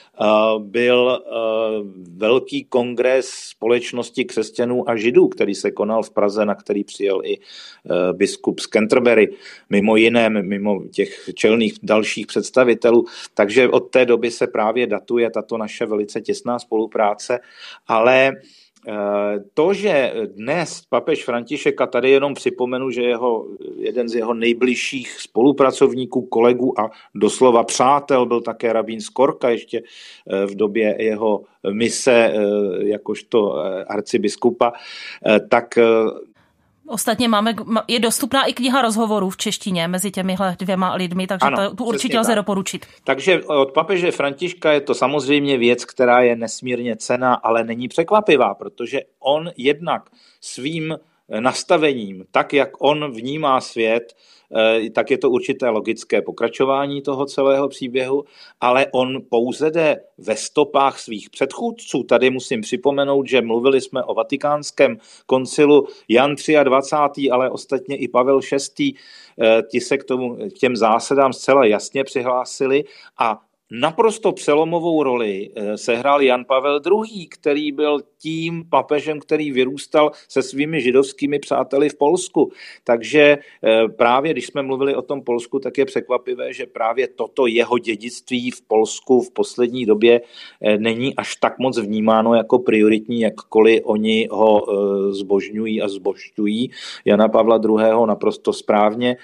byl velký kongres společnosti křesťanů a židů, který se konal v Praze, na který přijel i biskup z Canterbury, mimo jiné, mimo těch čelných dalších představitelů. Takže od té doby se právě datuje tato naše velice těsná spolupráce, ale to, že dnes papež František, a tady jenom připomenu, že jeden z jeho nejbližších spolupracovníků, kolegů a doslova přátel byl také rabín Skorka ještě v době jeho mise jakožto arcibiskupa, tak ostatně je dostupná i kniha rozhovorů v češtině mezi těmihle 2 lidmi, takže to určitě lze doporučit. Takže od papeže Františka je to samozřejmě věc, která je nesmírně cenná, ale není překvapivá, protože on jednak svým nastavením, tak jak on vnímá svět, tak je to určité logické pokračování toho celého příběhu, ale on pouze jde ve stopách svých předchůdců. Tady musím připomenout, že mluvili jsme o Vatikánském koncilu Jan 23., ale ostatně i Pavel VI. Ti se k těm zásadám zcela jasně přihlásili a naprosto přelomovou roli sehrál Jan Pavel II., který byl tím papežem, který vyrůstal se svými židovskými přáteli v Polsku. Takže právě když jsme mluvili o tom Polsku, tak je překvapivé, že právě toto jeho dědictví v Polsku v poslední době není až tak moc vnímáno jako prioritní, jakkoliv oni ho zbožňují a zbožťují Jana Pavla II. Naprosto správně.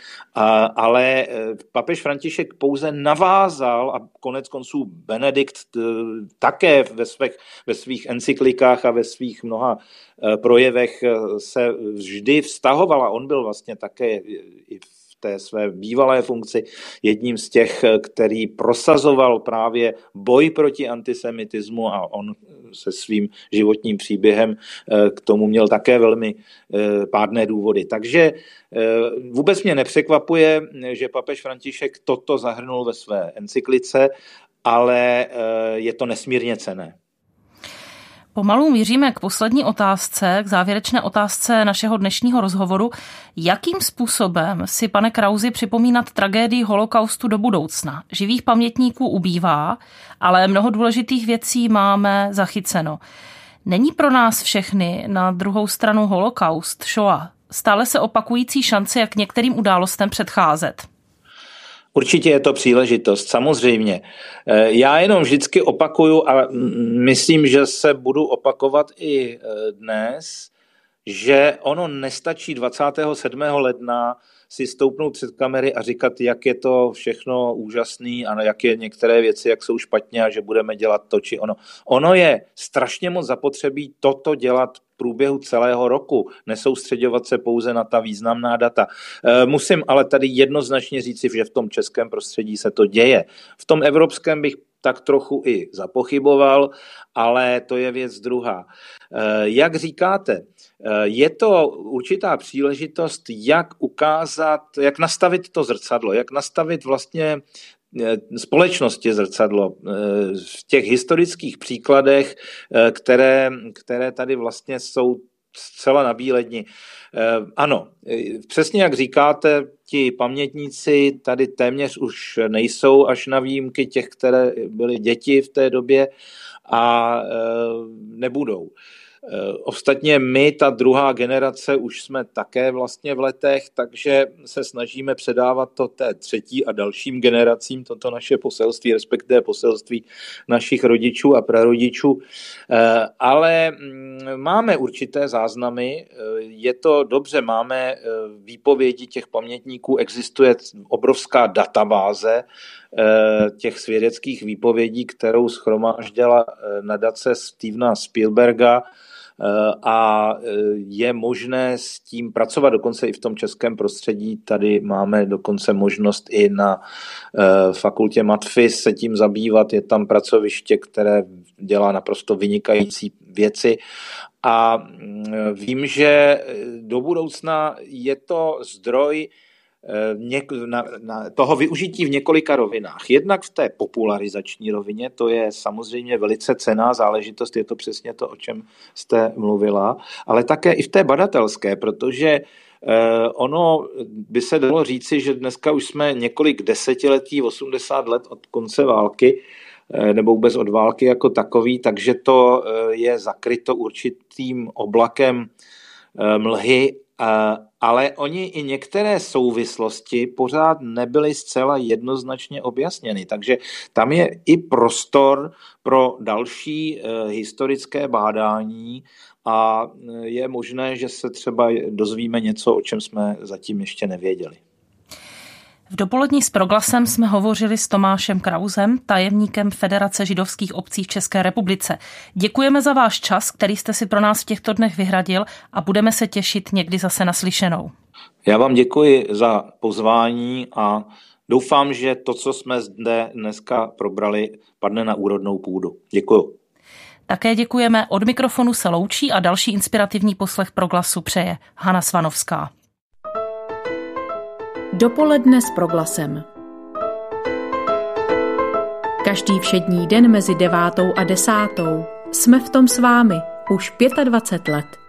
Ale papež František pouze navázal a konec konců Benedikt také ve svých encyklikách a ve svých mnoha projevech se vždy vztahovala. On byl vlastně také i v té své bývalé funkci jedním z těch, který prosazoval právě boj proti antisemitismu a on se svým životním příběhem k tomu měl také velmi pádné důvody. Takže vůbec mě nepřekvapuje, že papež František toto zahrnul ve své encyklice, ale je to nesmírně cenné. Pomalu míříme k poslední otázce, k závěrečné otázce našeho dnešního rozhovoru. Jakým způsobem si, pane Krausi, připomínat tragédii holokaustu do budoucna? Živých pamětníků ubývá, ale mnoho důležitých věcí máme zachyceno. Není pro nás všechny na druhou stranu holokaust, Shoah, stále se opakující šance, jak některým událostem předcházet? Určitě je to příležitost, samozřejmě. Já jenom vždycky opakuju a myslím, že se budu opakovat i dnes, že ono nestačí 27. ledna si stoupnout před kamery a říkat, jak je to všechno úžasný a jak je některé věci, jak jsou špatně a že budeme dělat to či ono. Ono je strašně moc zapotřebí toto dělat v průběhu celého roku, nesoustředovat se pouze na ta významná data. Musím ale tady jednoznačně říci, že v tom českém prostředí se to děje. V tom evropském bych tak trochu i zapochyboval, ale to je věc druhá. Jak říkáte, je to určitá příležitost, jak ukázat, jak nastavit to zrcadlo, jak nastavit vlastně společnosti zrcadlo v těch historických příkladech, které tady vlastně jsou zcela nabíledni. Ano, přesně jak říkáte, ti pamětníci tady téměř už nejsou až na výjimky těch, které byly děti v té době a nebudou. Ostatně my, ta druhá generace, už jsme také vlastně v letech, takže se snažíme předávat to té třetí a dalším generacím, toto naše poselství, respektive poselství našich rodičů a prarodičů. Ale máme určité záznamy, je to dobře, máme výpovědi těch pamětníků, existuje obrovská databáze těch svědeckých výpovědí, kterou shromáždila nadace Stevena Spielberga, a je možné s tím pracovat dokonce i v tom českém prostředí. Tady máme dokonce možnost i na fakultě Matfis se tím zabývat. Je tam pracoviště, které dělá naprosto vynikající věci a vím, že do budoucna je to zdroj toho využití v několika rovinách. Jednak v té popularizační rovině, to je samozřejmě velice cenná záležitost, je to přesně to, o čem jste mluvila, ale také i v té badatelské, protože ono by se dalo říci, že dneska už jsme několik desetiletí, 80 let od konce války, nebo vůbec od války jako takový, takže to je zakryto určitým oblakem mlhy, ale oni i některé souvislosti pořád nebyly zcela jednoznačně objasněny. Takže tam je i prostor pro další historické bádání a je možné, že se třeba dozvíme něco, o čem jsme zatím ještě nevěděli. V dopolední s Proglasem jsme hovořili s Tomášem Krausem, tajemníkem Federace židovských obcí v České republice. Děkujeme za váš čas, který jste si pro nás v těchto dnech vyhradil a budeme se těšit někdy zase naslyšenou. Já vám děkuji za pozvání a doufám, že to, co jsme zde dneska probrali, padne na úrodnou půdu. Děkuju. Také děkujeme. Od mikrofonu se loučí a další inspirativní poslech Proglasu přeje Hana Svanovská. Dopoledne s Proglasem. Každý všední den mezi 9. a 10. jsme v tom s vámi už 25 let.